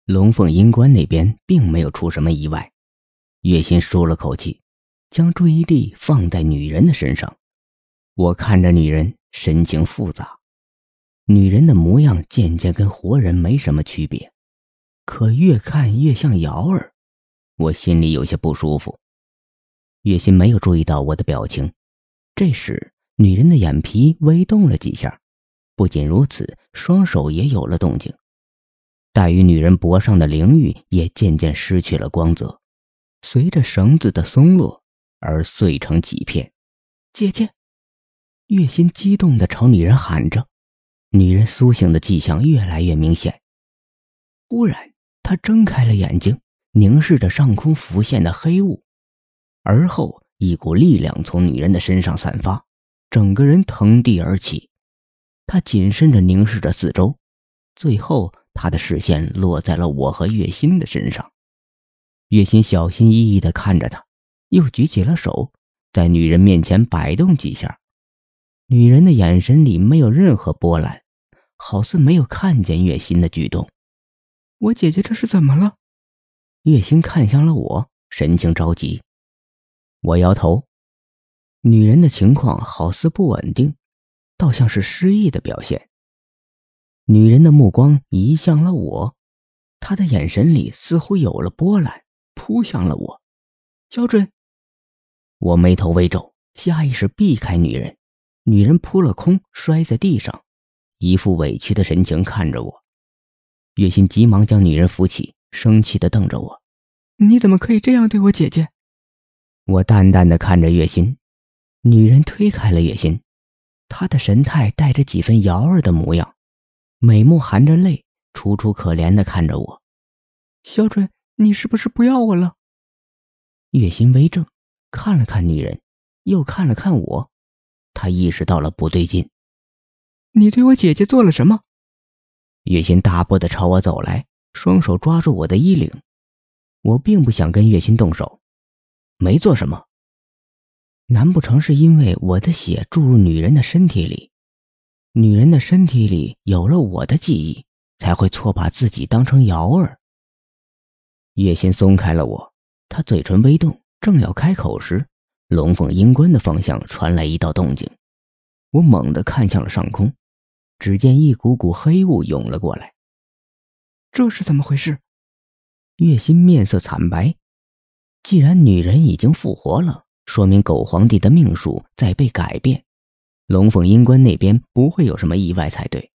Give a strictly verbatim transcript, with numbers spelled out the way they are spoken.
龙凤阴关那边并没有出什么意外，月心舒了口气，将注意力放在女人的身上。我看着女人，神情复杂。女人的模样渐渐跟活人没什么区别，可越看越像瑶儿，我心里有些不舒服。月心没有注意到我的表情，这时女人的眼皮微动了几下，不仅如此，双手也有了动静。戴于女人脖上的灵玉也渐渐失去了光泽，随着绳子的松落而碎成几片。姐姐！月心激动地朝女人喊着，女人苏醒的迹象越来越明显。忽然她睁开了眼睛，凝视着上空浮现的黑雾，而后一股力量从女人的身上散发，整个人腾地而起。她谨慎地凝视着四周，最后她的视线落在了我和月心的身上。月心小心翼翼地看着她，又举起了手，在女人面前摆动几下。女人的眼神里没有任何波澜，好似没有看见月心的举动。我姐姐这是怎么了？月心看向了我，神情着急。我摇头。女人的情况好似不稳定，倒像是失忆的表现。女人的目光移向了我，她的眼神里似乎有了波澜，扑向了我。小准！我眉头微皱，下意识避开女人。女人扑了空，摔在地上，一副委屈的神情看着我。月心急忙将女人扶起，生气地瞪着我：你怎么可以这样对我姐姐？我淡淡地看着月心。女人推开了月心，她的神态带着几分瑶儿的模样，美目含着泪，楚楚可怜地看着我。小准，你是不是不要我了？月心微怔，看了看女人，又看了看我，她意识到了不对劲。你对我姐姐做了什么？月心大步地朝我走来，双手抓住我的衣领。我并不想跟月心动手。没做什么。难不成是因为我的血注入女人的身体里，女人的身体里有了我的记忆，才会错把自己当成瑶儿？月心松开了我，她嘴唇微动，正要开口时，龙凤阴关的方向传来一道动静。我猛地看向了上空，只见一股股黑雾涌了过来。这是怎么回事？月心面色惨白。既然女人已经复活了，说明狗皇帝的命数在被改变，龙凤阴关那边不会有什么意外才对。